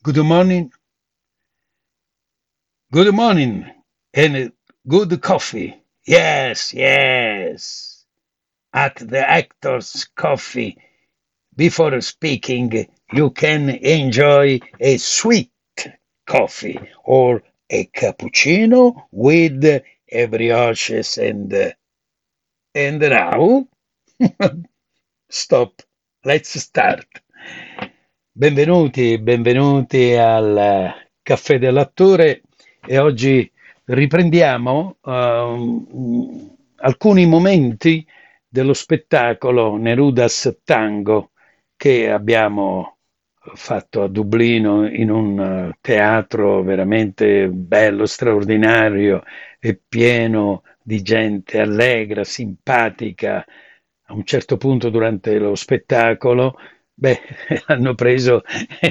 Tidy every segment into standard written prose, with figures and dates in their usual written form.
Good morning, good morning, and good coffee. Yes, yes. At the Actors Coffee, before speaking, you can enjoy a sweet coffee or a cappuccino with brioches and now stop. Let's start. Benvenuti al Caffè dell'Attore e oggi riprendiamo alcuni momenti dello spettacolo Neruda's Tango che abbiamo fatto a Dublino in un teatro veramente bello, straordinario e pieno di gente allegra, simpatica. A un certo punto durante lo spettacolo, beh, hanno preso,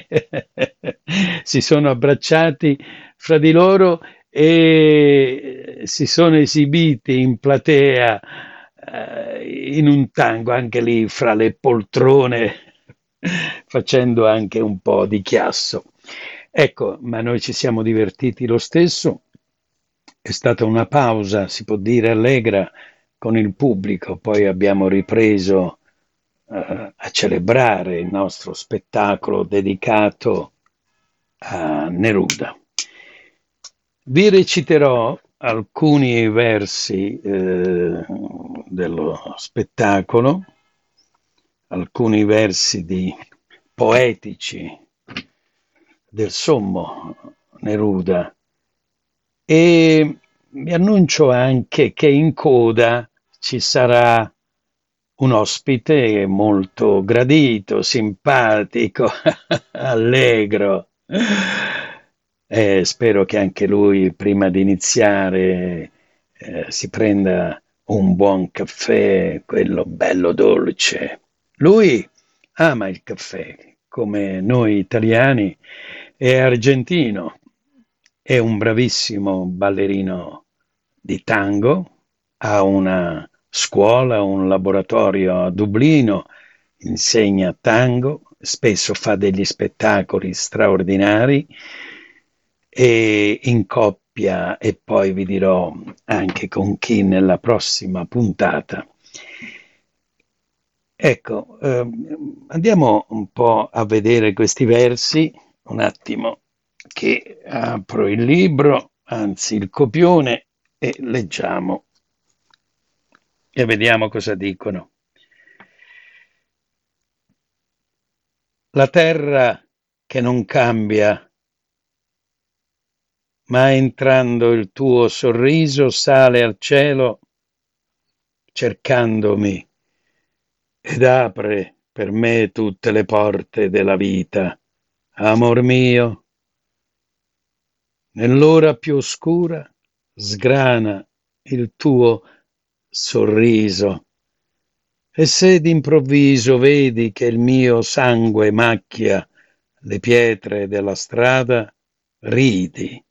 si sono abbracciati fra di loro e si sono esibiti in platea in un tango, anche lì fra le poltrone, facendo anche un po' di chiasso. Ecco, ma noi ci siamo divertiti lo stesso. È stata una pausa, si può dire, allegra con il pubblico, poi abbiamo ripreso a celebrare il nostro spettacolo dedicato a Neruda. Vi reciterò alcuni versi dello spettacolo, alcuni versi poetici del sommo Neruda e vi annuncio anche che in coda ci sarà un ospite molto gradito, simpatico, allegro. Spero che anche lui, prima di iniziare, si prenda un buon caffè, quello bello dolce. Lui ama il caffè, come noi italiani, è argentino, è un bravissimo ballerino di tango, ha una scuola, un laboratorio a Dublino, insegna tango, spesso fa degli spettacoli straordinari e in coppia e poi vi dirò anche con chi nella prossima puntata. Ecco, andiamo un po' a vedere questi versi, un attimo che apro il libro, anzi il copione, e leggiamo e vediamo cosa dicono. La terra che non cambia, ma entrando il tuo sorriso sale al cielo cercandomi ed apre per me tutte le porte della vita. Amor mio, nell'ora più oscura sgrana il tuo sorriso. E se d'improvviso vedi che il mio sangue macchia le pietre della strada, ridi,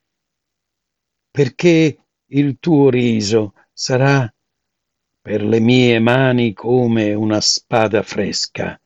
perché il tuo riso sarà per le mie mani come una spada fresca.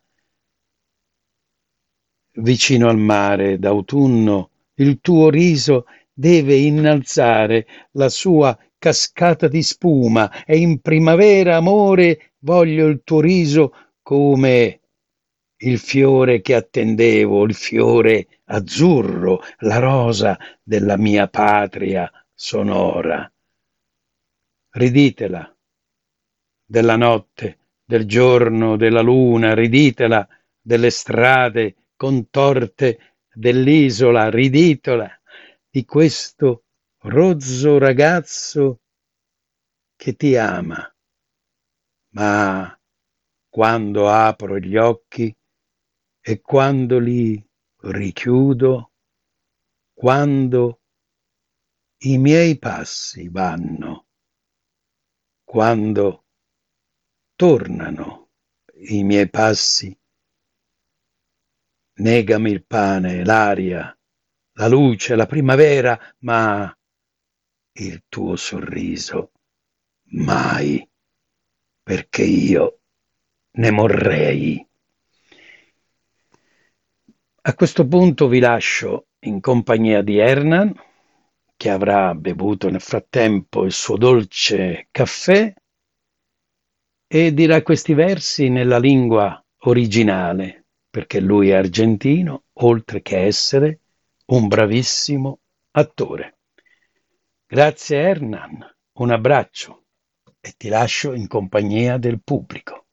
Vicino al mare d'autunno il tuo riso deve innalzare la sua cascata di spuma e in primavera, amore, voglio il tuo riso come il fiore che attendevo, il fiore azzurro, la rosa della mia patria sonora. Riditela della notte, del giorno, della luna, riditela delle strade contorte dell'isola, riditola di questo rozzo ragazzo che ti ama. Ma quando apro gli occhi e quando li richiudo, quando i miei passi vanno, quando tornano i miei passi, negami il pane, l'aria, la luce, la primavera, ma il tuo sorriso mai, perché io ne morrei. A questo punto vi lascio in compagnia di Hernan, che avrà bevuto nel frattempo il suo dolce caffè e dirà questi versi nella lingua originale, perché lui è argentino, oltre che essere un bravissimo attore. Grazie Hernan, un abbraccio e ti lascio in compagnia del pubblico.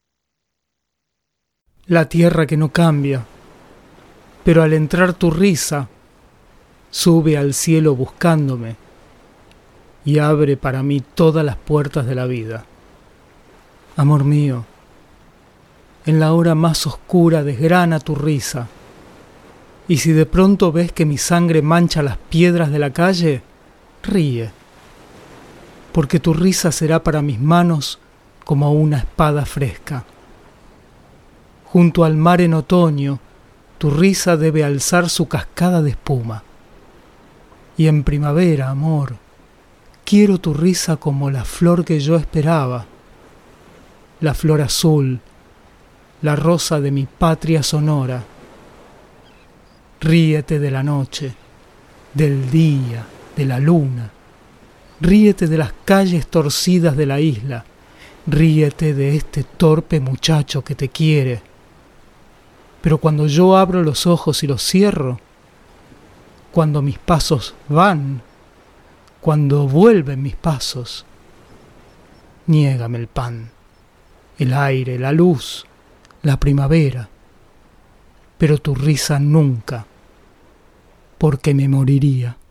La tierra que no cambia, pero al entrar tu risa, sube al cielo buscándome y abre para mí todas las puertas de la vida. Amor mío, en la hora más oscura desgrana tu risa, y si de pronto ves que mi sangre mancha las piedras de la calle, ríe, porque tu risa será para mis manos como una espada fresca. Junto al mar en otoño, tu risa debe alzar su cascada de espuma. Y en primavera, amor, quiero tu risa como la flor que yo esperaba, la flor azul, la rosa de mi patria sonora. Ríete de la noche, del día, de la luna. Ríete de las calles torcidas de la isla. Ríete de este torpe muchacho que te quiere. Pero cuando yo abro los ojos y los cierro, cuando mis pasos van, cuando vuelven mis pasos, niégame el pan, el aire, la luz, la primavera, pero tu risa nunca, porque me moriría.